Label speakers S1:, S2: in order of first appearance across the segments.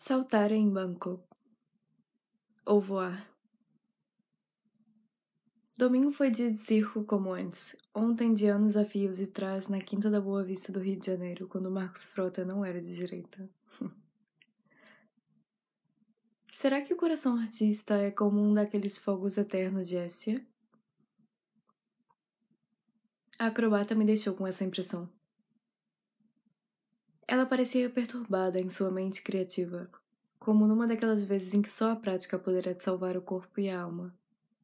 S1: Saltar em Bangkok. Ou voar. Domingo foi dia de circo como antes. Ontem de anos a fios e trás na Quinta da Boa Vista do Rio de Janeiro, quando Marcos Frota não era de direita. Será que o coração artista é como um daqueles fogos eternos de Hestia? A acrobata me deixou com essa impressão. Ela parecia perturbada em sua mente criativa, como numa daquelas vezes em que só a prática poderá te salvar o corpo e a alma.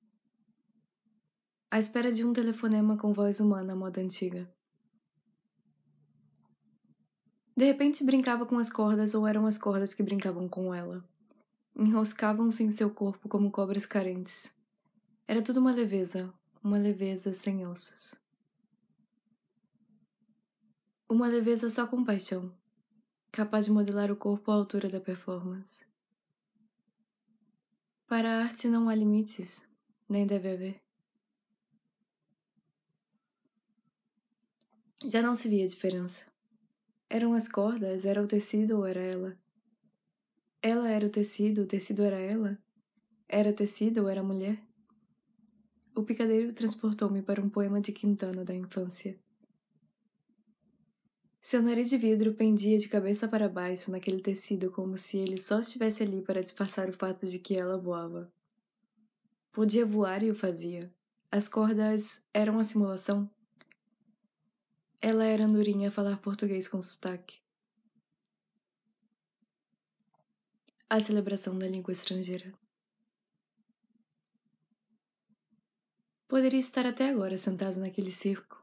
S1: À espera de um telefonema com voz humana à moda antiga. De repente brincava com as cordas ou eram as cordas que brincavam com ela. Enroscavam-se em seu corpo como cobras carentes. Era tudo uma leveza sem ossos. Uma leveza só com paixão, capaz de modelar o corpo à altura da performance. Para a arte não há limites, nem deve haver. Já não se via diferença. Eram as cordas, era o tecido ou era ela? Ela era o tecido era ela? Era tecido ou era mulher? O picadeiro transportou-me para um poema de Quintana da infância. Seu nariz de vidro pendia de cabeça para baixo naquele tecido como se ele só estivesse ali para disfarçar o fato de que ela voava. Podia voar e o fazia. As cordas eram a simulação. Ela era andorinha a falar português com sotaque. A celebração da língua estrangeira. Poderia estar até agora sentado naquele circo.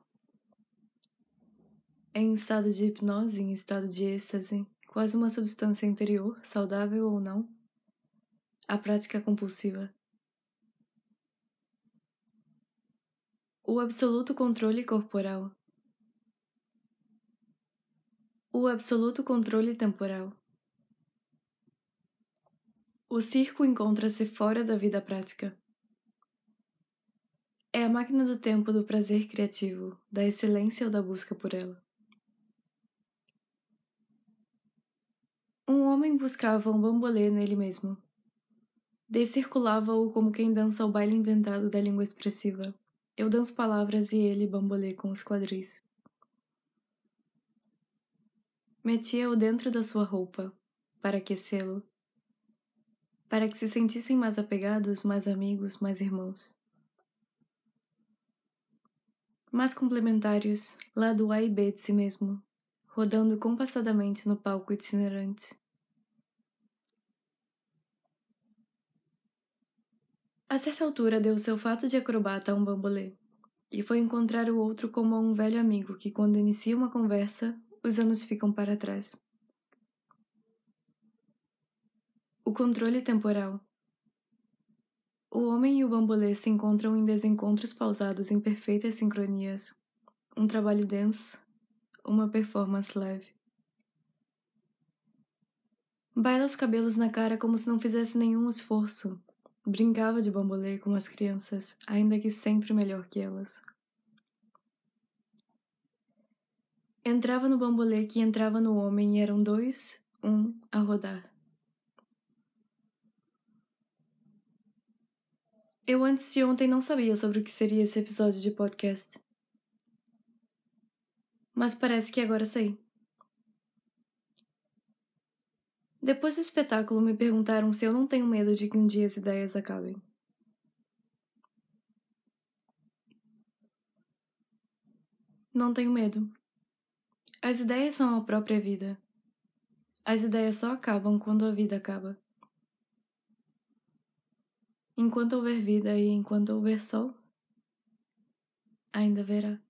S1: Em estado de hipnose, em estado de êxtase, quase uma substância interior, saudável ou não. A prática compulsiva. O absoluto controle corporal. O absoluto controle temporal. O circo encontra-se fora da vida prática. É a máquina do tempo do prazer criativo, da excelência ou da busca por ela. Um homem buscava um bambolê nele mesmo. Descirculava-o como quem dança o baile inventado da língua expressiva. Eu danço palavras e ele bambolê com os quadris. Metia-o dentro da sua roupa, para aquecê-lo, para que se sentissem mais apegados, mais amigos, mais irmãos. Mais complementários, lado A e B de si mesmo, rodando compassadamente no palco itinerante. A certa altura deu seu fato de acrobata a um bambolê, e foi encontrar o outro como a um velho amigo que, quando inicia uma conversa, os anos ficam para trás. O controle temporal. O homem e o bambolê se encontram em desencontros pausados em perfeitas sincronias. Um trabalho denso, uma performance leve. Baila os cabelos na cara como se não fizesse nenhum esforço. Brincava de bambolê com as crianças, ainda que sempre melhor que elas. Entrava no bambolê que entrava no homem e eram dois, a rodar. Eu antes de ontem não sabia sobre o que seria esse episódio de podcast. Mas parece que agora sei. Depois do espetáculo me perguntaram se eu não tenho medo de que um dia as ideias acabem. Não tenho medo. As ideias são a própria vida. As ideias só acabam quando a vida acaba. Enquanto houver vida e enquanto houver sol, ainda haverá.